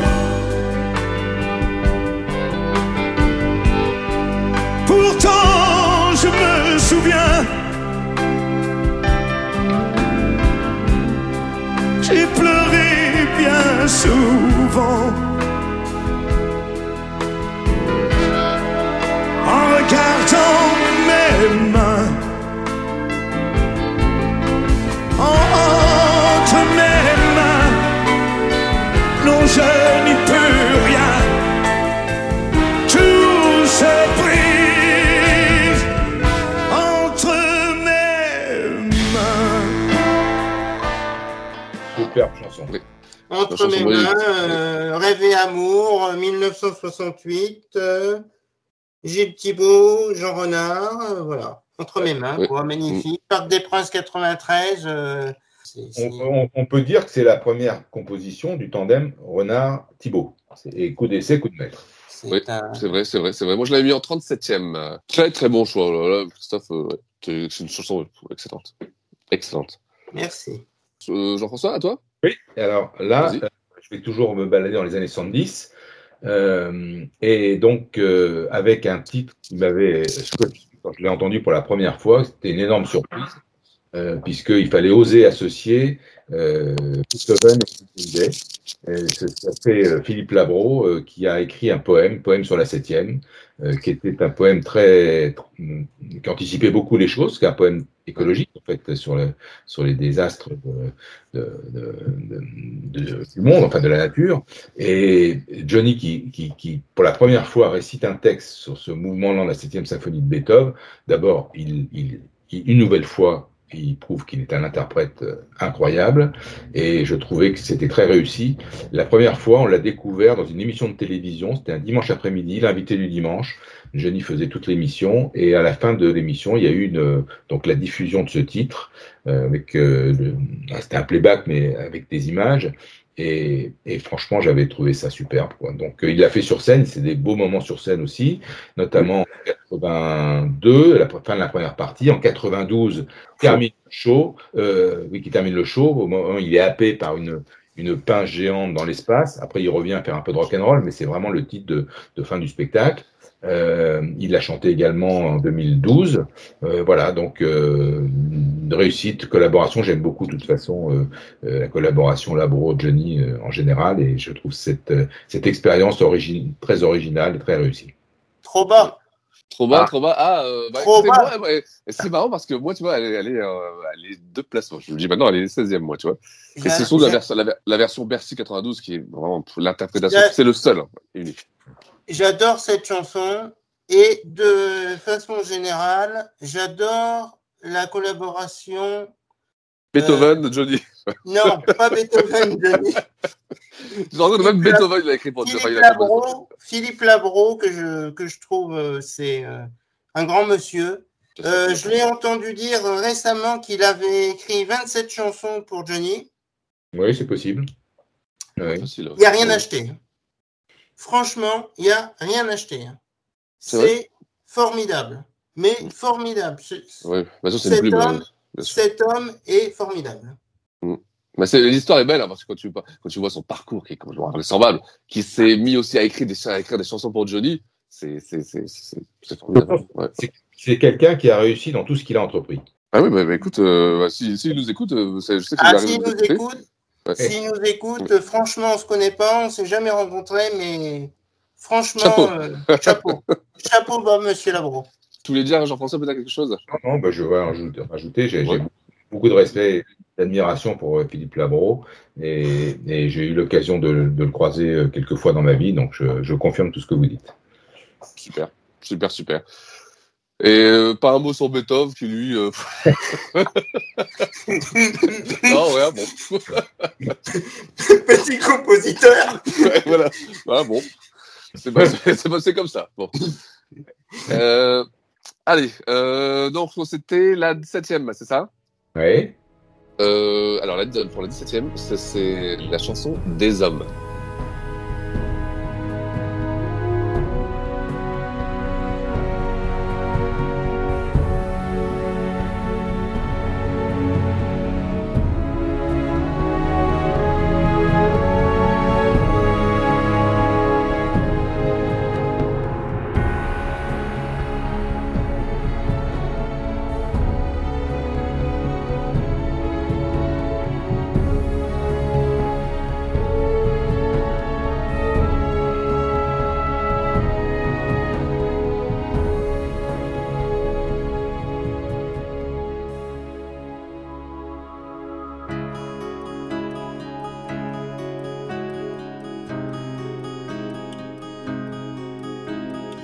Pourtant, je me souviens, j'ai pleuré bien bien souvent. En regardant mes mains, entre mes mains, non je n'y peux rien, tout se brise entre mes mains. Superbe chanson. Entre mes mains, euh, Rêver amour, dix-neuf cent soixante-huit, euh, Gilles Thibault, Jean Renard, euh, voilà. Entre mes mains, oui. quoi, magnifique. Mmh. Parc des Princes quatre-vingt-treize. Euh, c'est, c'est... On, on, on peut dire que c'est la première composition du tandem Renard-Thibault. Et coup d'essai, coup de maître. C'est, oui, un... c'est vrai, c'est vrai, c'est vrai. Moi, je l'avais mis en trente-septième. Très, très bon choix. Là, Christophe, euh, ouais. c'est une chanson excellente. Excellente. Merci. Euh, Jean-François, à toi ? Oui, alors là, euh, je vais toujours me balader dans les années soixante-dix. Euh, et donc, euh, avec un titre qui m'avait, quand je l'ai entendu pour la première fois, c'était une énorme surprise, euh, puisqu'il fallait oser associer euh, Beethoven et Hallyday. Ça fait euh, Philippe Labro euh, qui a écrit un poème, poème sur la septième, euh, qui était un poème très, qui anticipait beaucoup les choses, qui est un poème écologique en fait sur le, sur les désastres de, de, de, de, de, du monde, enfin de la nature. Et Johnny qui, qui, qui pour la première fois récite un texte sur ce mouvement-là de la septième symphonie de Beethoven. D'abord, il, il, il une nouvelle fois il prouve qu'il est un interprète incroyable et je trouvais que c'était très réussi. La première fois, on l'a découvert dans une émission de télévision, c'était un dimanche après-midi, l'invité du dimanche. Johnny faisait toute l'émission et à la fin de l'émission, il y a eu une, donc la diffusion de ce titre euh, avec euh, le, c'était un playback mais avec des images. Et, et franchement, j'avais trouvé ça superbe, quoi. Donc, euh, il l'a fait sur scène, c'est des beaux moments sur scène aussi, notamment en quatre-vingt-deux, la fin de la première partie, en quatre-vingt-douze, termine le show, euh, oui, qui termine le show, au moment où il est happé par une, une pince géante dans l'espace, après il revient faire un peu de rock'n'roll, mais c'est vraiment le titre de, de fin du spectacle. Euh, il l'a chanté également en deux mille douze. Euh, voilà, donc euh, une réussite, collaboration. J'aime beaucoup de toute façon euh, euh, la collaboration Labro-Johnny euh, en général, et je trouve cette euh, cette expérience origine, très originale et très réussie. Trop bas. Trop bas, ah. trop bas. Ah, euh, bah, trop bas. Moi, ouais, c'est marrant parce que moi, tu vois, elle, elle est, euh, elle est deux places. Moi, je me dis maintenant, elle est seizième, moi, tu vois. Et c'est surtout la, vers- la, la version Bercy quatre-vingt-douze qui est vraiment l'interprétation. J'ai... C'est le seul, hein, unique. J'adore cette chanson et de façon générale, j'adore la collaboration. Beethoven, euh... Johnny. Non, pas Beethoven, Johnny. Genre, même Beethoven, il a écrit pour Philippe Labro, Philippe Labro, que je, que je trouve, euh, c'est euh, un grand monsieur. Euh, je l'ai entendu dire récemment qu'il avait écrit vingt-sept chansons pour Johnny. Oui, c'est possible. Oui. Il n'y a rien ouais. acheté. Franchement, il n'y a rien acheté. C'est, c'est formidable. Mais formidable. Oui, bah ça, c'est cet, plus homme, cet homme est formidable. Mm. Bah c'est, l'histoire est belle, hein, parce que quand tu, quand tu vois son parcours, qui est comme invraisemblable, qui s'est mis aussi à écrire des, à écrire des chansons pour Johnny, c'est, c'est, c'est, c'est, c'est formidable. Ouais. C'est, c'est quelqu'un qui a réussi dans tout ce qu'il a entrepris. Ah oui, bah, bah écoute, euh, bah, si, si il nous écoute, euh, je sais qu'il ah, s'il nous écoute. Ouais. S'il nous écoute, ouais. franchement, on ne se connaît pas, on ne s'est jamais rencontrés, mais franchement, chapeau, euh, chapeau. Chapeau, bah, monsieur Labro. Tu voulais dire, Jean-François, peut-être quelque chose ? Non, non bah, je vais rajouter. rajouter j'ai, ouais. j'ai beaucoup de respect et d'admiration pour euh, Philippe Labro, et, et j'ai eu l'occasion de, de le croiser euh, quelques fois dans ma vie, donc je, je confirme tout ce que vous dites. Super, super, super. Et euh, pas un mot sur Beethoven qui lui. Euh... non, ouais, bon. Petit compositeur. Ouais, voilà. Ah, bon. C'est passé, c'est passé comme ça. Bon. Euh, allez, euh, donc c'était la dix-septième, c'est ça ? Oui. Euh, alors, la, pour la dix-septième, c'est, c'est la chanson Des Hommes.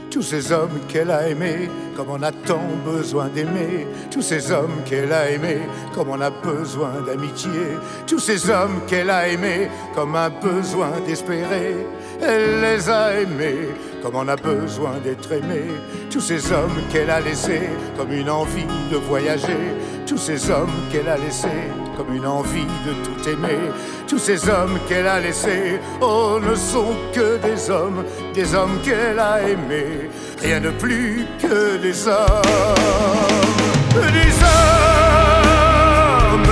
tous ces hommes qu'elle a aimés, comme on a tant besoin d'aimer, tous ces hommes qu'elle a aimés, comme on a besoin d'amitié, tous ces hommes qu'elle a aimés, comme un besoin d'espérer, elle les a aimés, comme on a besoin d'être aimé, tous ces hommes qu'elle a laissés, comme une envie de voyager, tous ces hommes qu'elle a laissés, comme une envie de tout aimer, tous ces hommes qu'elle a laissés, oh, ne sont que des hommes, des hommes qu'elle a aimés, rien de plus que des hommes, des hommes.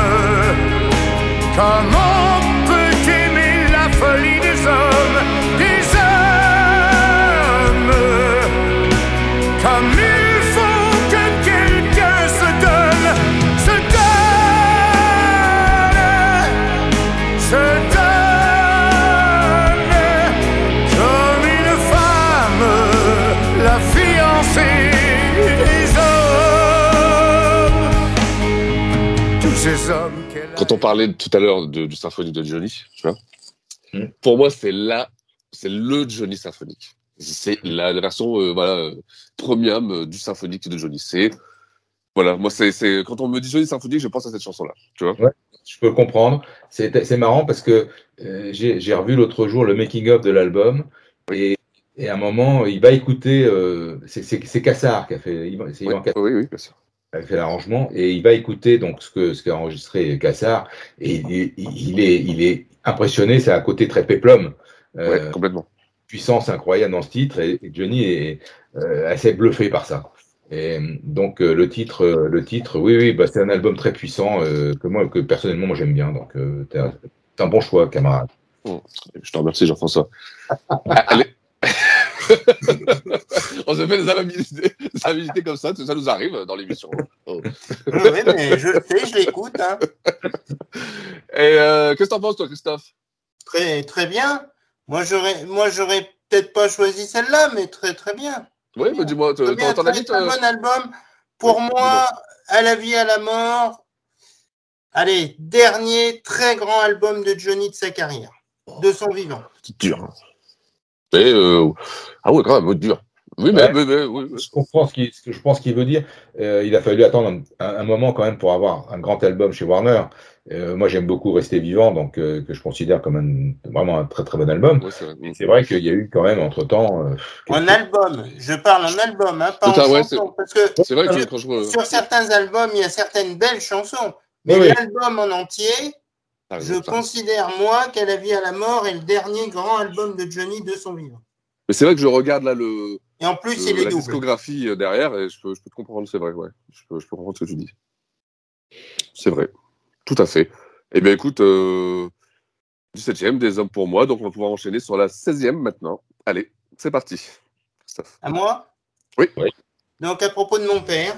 Comment peut aimer la folie des hommes, des hommes, comme il faut que quelqu'un se donne, se donne, se donne, comme une femme, la fiancée des hommes, tous ces hommes. Quand on parlait tout à l'heure de, du symphonique de Johnny, tu vois, mm. pour moi, c'est là, c'est le Johnny symphonique. C'est la, la version euh, voilà, euh, premium euh, du symphonique de Johnny. C'est, voilà, moi, c'est, c'est, quand on me dit Johnny symphonique, je pense à cette chanson-là. Tu vois, ouais, je peux comprendre. C'est, c'est marrant parce que euh, j'ai, j'ai revu l'autre jour le making-of de l'album et, et à un moment, il va écouter. Euh, c'est, c'est, c'est Cassard qui a fait. C'est oui, oui, oui, bien sûr. Il fait l'arrangement et il va écouter donc ce que ce qu'a enregistré Cassard et il, il est il est impressionné, c'est un côté très péplum, euh, ouais, complètement, puissance incroyable dans ce titre et, et Johnny est euh, assez bluffé par ça. Et donc euh, le titre euh, le titre oui oui bah c'est un album très puissant euh, que moi que personnellement moi j'aime bien, donc euh, t'es un, t'es un bon choix, camarade. Mmh. Je te remercie, Jean-François. Allez. On se fait des amabilités, des amabilités comme ça, ça nous arrive dans l'émission. Oh. Oui, mais je le sais, je l'écoute. Hein. Et euh, qu'est-ce que t'en penses, toi, Christophe? Très, très bien. Moi, j'aurais, moi, j'aurais peut-être pas choisi celle-là, mais très, très bien. Oui, mais dis-moi, t'en as un bon album. Pour oui, moi, à la vie, à la mort. Allez, dernier très grand album de Johnny de sa carrière, de son vivant. C'est dur. Mais euh... ah ouais, quand même, dur. Oui, mais, ouais. mais, mais oui, oui. Je comprends ce qu'il, ce que je pense qu'il veut dire. Euh, il a fallu attendre un, un moment quand même pour avoir un grand album chez Warner. Euh, moi, j'aime beaucoup Rester Vivant, donc euh, que je considère comme un, vraiment un très très bon album. Ouais, c'est, vrai. C'est vrai qu'il y a eu quand même entre temps. Euh, en album, je parle en album, hein, pas en ouais, chanson, c'est... parce que c'est vrai que euh, quand je... sur certains albums, il y a certaines belles chansons, mais oui, l'album en entier. Ah, je considère, moi, qu'à la vie à la mort est le dernier grand album de Johnny de son vivant. Mais c'est vrai que je regarde là le, et en plus, le, il est la double. discographie derrière et je peux, je peux te comprendre, c'est vrai, ouais. Je peux, je peux comprendre ce que tu dis. C'est vrai, tout à fait. Eh bien, écoute, euh, dix-septième des hommes pour moi, donc on va pouvoir enchaîner sur la seizième maintenant. Allez, c'est parti. Christophe. À moi ? Oui. oui. Donc, à propos de mon père.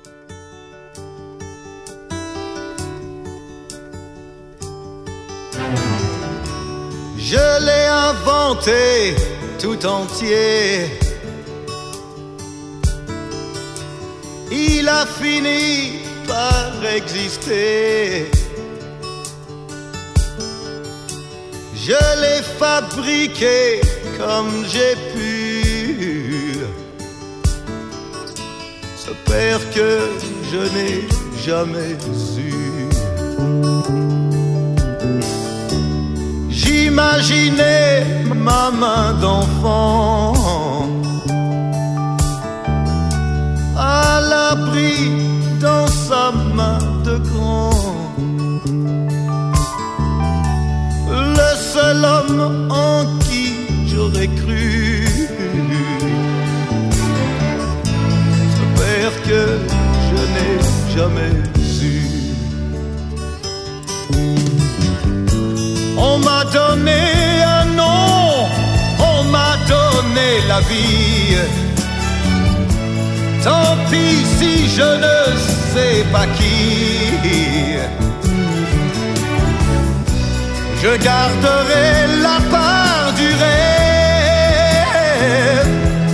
Je l'ai inventé tout entier. Il a fini par exister. Je l'ai fabriqué comme j'ai pu. Ce père que je n'ai jamais eu. J'imaginais ma main d'enfant à l'abri dans sa main de grand. Le seul homme en qui j'aurais cru. Ce père que je n'ai jamais eu. On m'a donné un nom, on m'a donné la vie. Tant pis si je ne sais pas qui. Je garderai la part du rêve.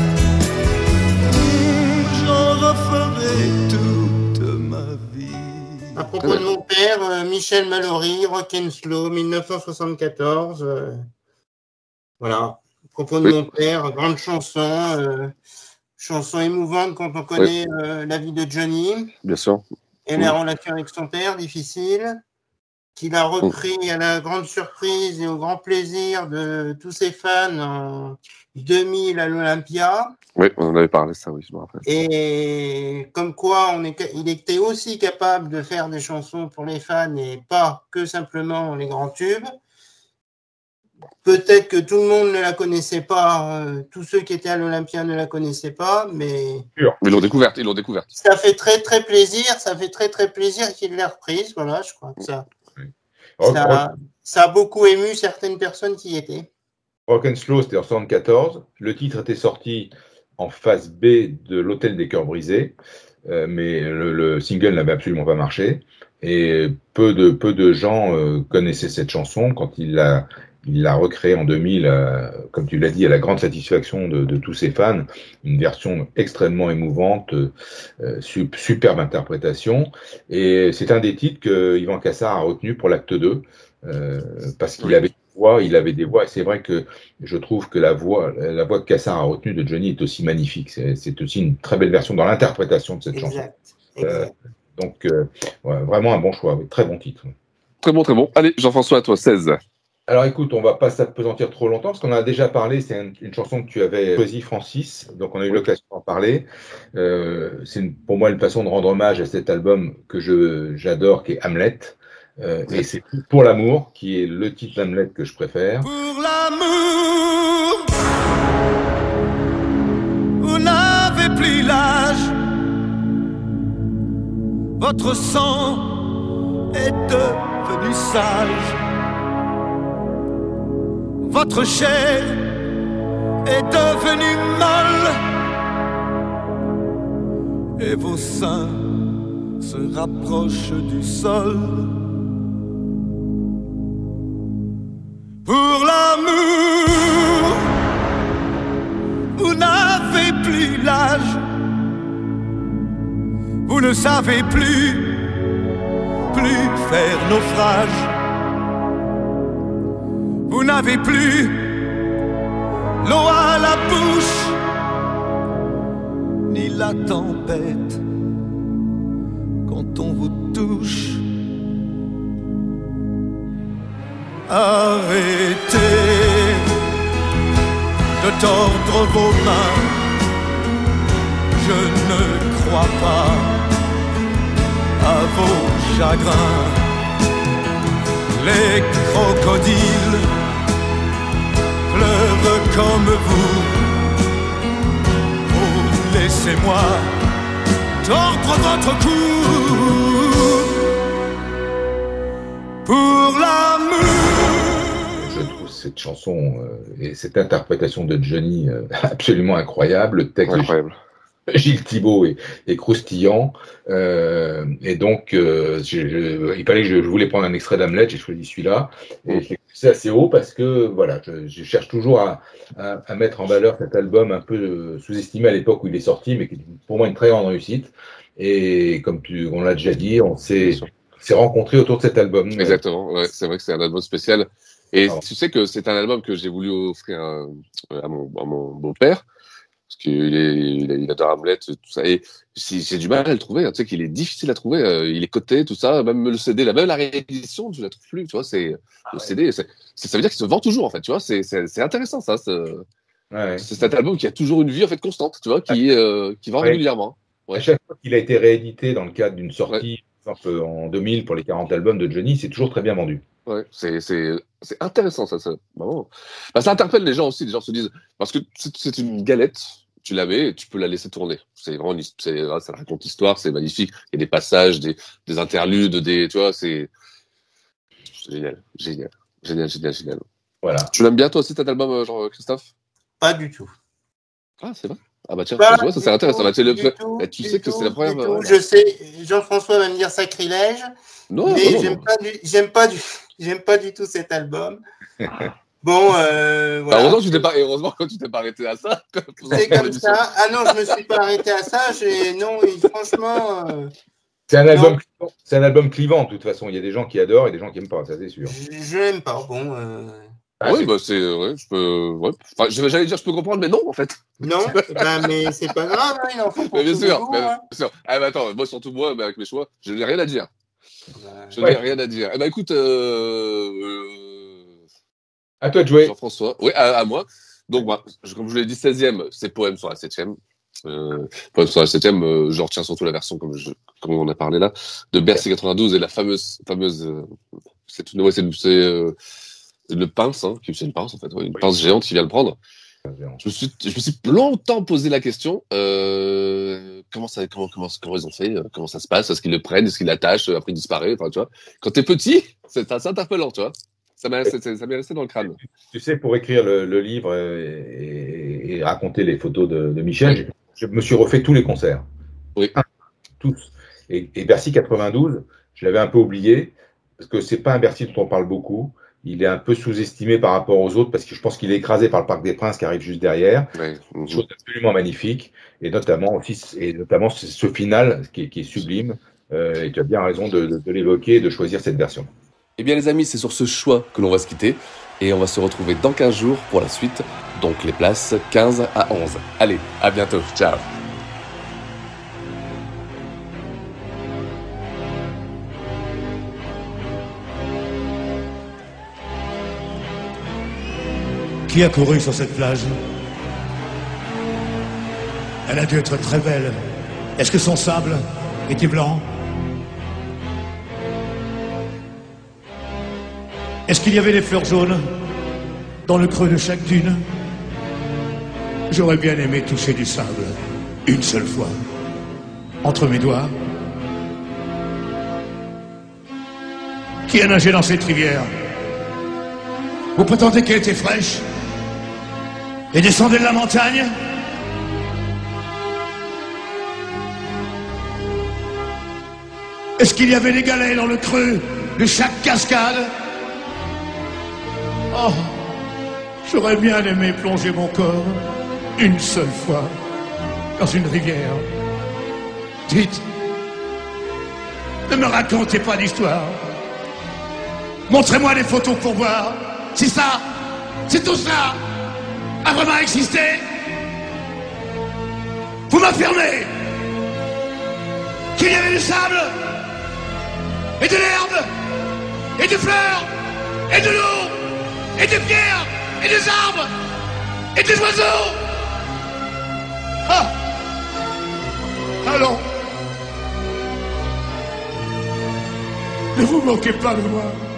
J'en referai toute ma vie. À propos de mon père, euh, Michel Mallory, Rock and Slow, dix-neuf cent soixante-quatorze. Euh, voilà. À propos de mon père, grande chanson. Euh, chanson émouvante quand on connaît ouais. euh, la vie de Johnny. Bien sûr. Et mmh. les relations avec son père, difficiles. Qu'il a repris mmh. à la grande surprise et au grand plaisir de tous ses fans en deux mille à l'Olympia. Oui, on en avait parlé, ça, oui, je me rappelle. Et comme quoi, on est, il était aussi capable de faire des chansons pour les fans et pas que simplement les grands tubes. Peut-être que tout le monde ne la connaissait pas, euh, tous ceux qui étaient à l'Olympia ne la connaissaient pas, mais... Ils l'ont découverte, ils l'ont découverte. Ça fait très, très plaisir, ça fait très, très plaisir qu'il l'ait reprise, voilà, je crois que ça... Ça, ça a beaucoup ému certaines personnes qui y étaient. Rock and Slow, c'était en soixante-quatorze. Le titre était sorti en face B de L'Hôtel des Cœurs Brisés, euh, mais le, le single n'avait absolument pas marché. Et peu de, peu de gens euh, connaissaient cette chanson quand il l'a, il l'a recréée en deux mille, euh, comme tu l'as dit, à la grande satisfaction de, de tous ses fans. Une version extrêmement émouvante, euh, superbe interprétation. Et c'est un des titres que Yvan Cassard a retenu pour l'acte deux, euh, parce qu'il oui. avait des voix, il avait des voix. Et c'est vrai que je trouve que la voix, la voix que Cassard a retenue de Johnny est aussi magnifique. C'est, c'est aussi une très belle version dans l'interprétation de cette exact, chanson. Exact. Euh, donc, euh, ouais, vraiment un bon choix, très bon titre. Très bon, très bon. Allez, Jean-François, à toi, seize. Alors écoute, on va pas s'apesantir trop longtemps, parce qu'on en a déjà parlé, c'est une, une chanson que tu avais choisie, Francis, donc on a eu l'occasion d'en parler. Euh, c'est une, pour moi une façon de rendre hommage à cet album que je, j'adore, qui est Hamlet. Euh, et c'est Pour l'amour, qui est le titre d'Hamlet que je préfère. Pour l'amour, vous n'avez plus l'âge, votre sang est devenu sage. Votre chair est devenue molle et vos seins se rapprochent du sol. Pour l'amour, vous n'avez plus l'âge, vous ne savez plus, plus faire naufrage. Vous n'avez plus l'eau à la bouche, ni la tempête quand on vous touche. Arrêtez de tordre vos mains, je ne crois pas à vos chagrins. Les crocodiles pleure comme vous. Oh, laissez-moi tordre votre cou. Pour l'amour. Je trouve cette chanson euh, et cette interprétation de Johnny euh, absolument incroyable. Le texte incroyable. de Gilles Thibault est, est croustillant. Euh, et donc, euh, je, je, il fallait que je, je voulais prendre un extrait d'Hamlet, j'ai choisi celui-là. Et mmh. c'est assez haut parce que voilà, je, je cherche toujours à, à, à mettre en valeur cet album un peu sous-estimé à l'époque où il est sorti, mais qui est pour moi une très grande réussite. Et comme tu, on l'a déjà dit, on s'est, s'est rencontrés autour de cet album. Exactement, ouais, c'est vrai que c'est un album spécial. Et ah. tu sais que c'est un album que j'ai voulu offrir à, à mon, à mon beau-père. Parce qu'il est, il, il adore Hamlet, tout ça. Et si, j'ai du mal à le trouver. Hein, tu sais qu'il est difficile à trouver. Euh, il est coté, tout ça. Même le C D, la, même la réédition, je la trouve plus. Tu vois, c'est ah le ouais. C D. C'est, c'est, ça veut dire qu'il se vend toujours, en fait. Tu vois, c'est, c'est, c'est intéressant, ça. C'est, ouais. c'est cet album qui a toujours une vie en fait constante. Tu vois, qui, euh, qui vend ouais. régulièrement. Ouais. À chaque fois qu'il a été réédité dans le cadre d'une sortie, ouais. par exemple en deux mille pour les quarante albums de Johnny, c'est toujours très bien vendu. Ouais, c'est, c'est, c'est intéressant, ça. Ça, vraiment. Bah, ça interpelle les gens aussi. Les gens se disent, parce que c'est, c'est une galette. Tu la mets et tu peux la laisser tourner. C'est vraiment, c'est, ça raconte l'histoire, c'est magnifique. Il y a des passages, des, des interludes, des, tu vois, c'est, c'est génial, génial, génial, génial, génial. Voilà. Tu l'aimes bien toi aussi cet album, Jean-Christophe? Pas du tout. Ah, c'est vrai. Ah bah tiens, pas tu vois, ça c'est intéressant. Bah, le... tout, bah, tu sais que tout, c'est la première. Euh, je sais, Jean-François va me dire sacrilège. Non, mais non, non, j'aime non. pas du, j'aime pas du, j'aime pas du tout cet album. Bon, euh, voilà. Heureusement, tu t'es pas, heureusement que tu t'es pas arrêté à ça. C'est comme ça. Ah non, je me suis pas arrêté à ça. J'ai, non, franchement. Euh... C'est un album, clivant. C'est un album clivant de toute façon. Il y a des gens qui adorent et des gens qui aiment pas, ça c'est sûr. Je, je l'aime pas. Bon. Euh... Ah oui, bah c'est, ouais, je peux, ouais. Enfin, j'allais dire, je peux comprendre, mais non, en fait. Non, bah, mais c'est pas grave, hein, il en faut pour mais bien tous sûr, les goûts, mais, hein. bien sûr. Ah, bah attends, moi, surtout moi, bah, avec mes choix, je n'ai rien à dire. Bah, je ouais. n'ai rien à dire. Eh ben, écoute, euh, euh... à toi de jouer. Jean-François. Oui, à, à moi. Donc, moi, je, comme je vous l'ai dit, seizième, c'est Poème sur la septième. Euh, Poème sur la septième, euh, je retiens surtout la version, comme, je, comme on a parlé là, de Bercy quatre-vingt-douze et la fameuse, fameuse, euh, c'est une, ouais, c'est, c'est euh, une pince, hein, c'est une pince en fait, ouais, une oui. pince géante qui vient le prendre. Je me suis, je me suis longtemps posé la question, euh, comment ça, comment, comment, comment ils ont fait, comment ça se passe, est-ce qu'ils le prennent, est-ce qu'ils l'attachent, après il disparaît, enfin, tu vois. Quand t'es petit, c'est assez interpellant, tu vois. Ça m'est resté, ça m'est resté dans le crâne. Tu sais, pour écrire le, le livre et, et, et raconter les photos de, de Michel, oui. je, je me suis refait tous les concerts. Oui. Un, tous. Et, et Bercy quatre-vingt-douze, je l'avais un peu oublié, parce que c'est pas un Bercy dont on parle beaucoup. Il est un peu sous-estimé par rapport aux autres, parce que je pense qu'il est écrasé par le Parc des Princes qui arrive juste derrière. Oui. Mmh. Chose absolument magnifique. Et notamment aussi, et notamment ce final qui est, qui est sublime. Euh, et tu as bien raison de, de, de l'évoquer et de choisir cette version. Eh bien les amis, c'est sur ce choix que l'on va se quitter et on va se retrouver dans quinze jours pour la suite, donc les places quinze à onze. Allez, à bientôt, ciao. Qui a couru sur cette plage? Elle a dû être très belle. Est-ce que son sable était blanc? Est-ce qu'il y avait des fleurs jaunes dans le creux de chaque dune? J'aurais bien aimé toucher du sable une seule fois entre mes doigts. Qui a nagé dans cette rivière? Vous prétendez qu'elle était fraîche et descendait de la montagne? Est-ce qu'il y avait des galets dans le creux de chaque cascade? Oh, j'aurais bien aimé plonger mon corps une seule fois dans une rivière. Dites, ne me racontez pas d'histoire. Montrez-moi des photos pour voir si ça, si tout ça a vraiment existé. Vous m'affirmez qu'il y avait du sable et de l'herbe et des fleurs et de l'eau et des pierres, et des arbres, et des oiseaux. Ah! Allons. Ne vous moquez pas de moi.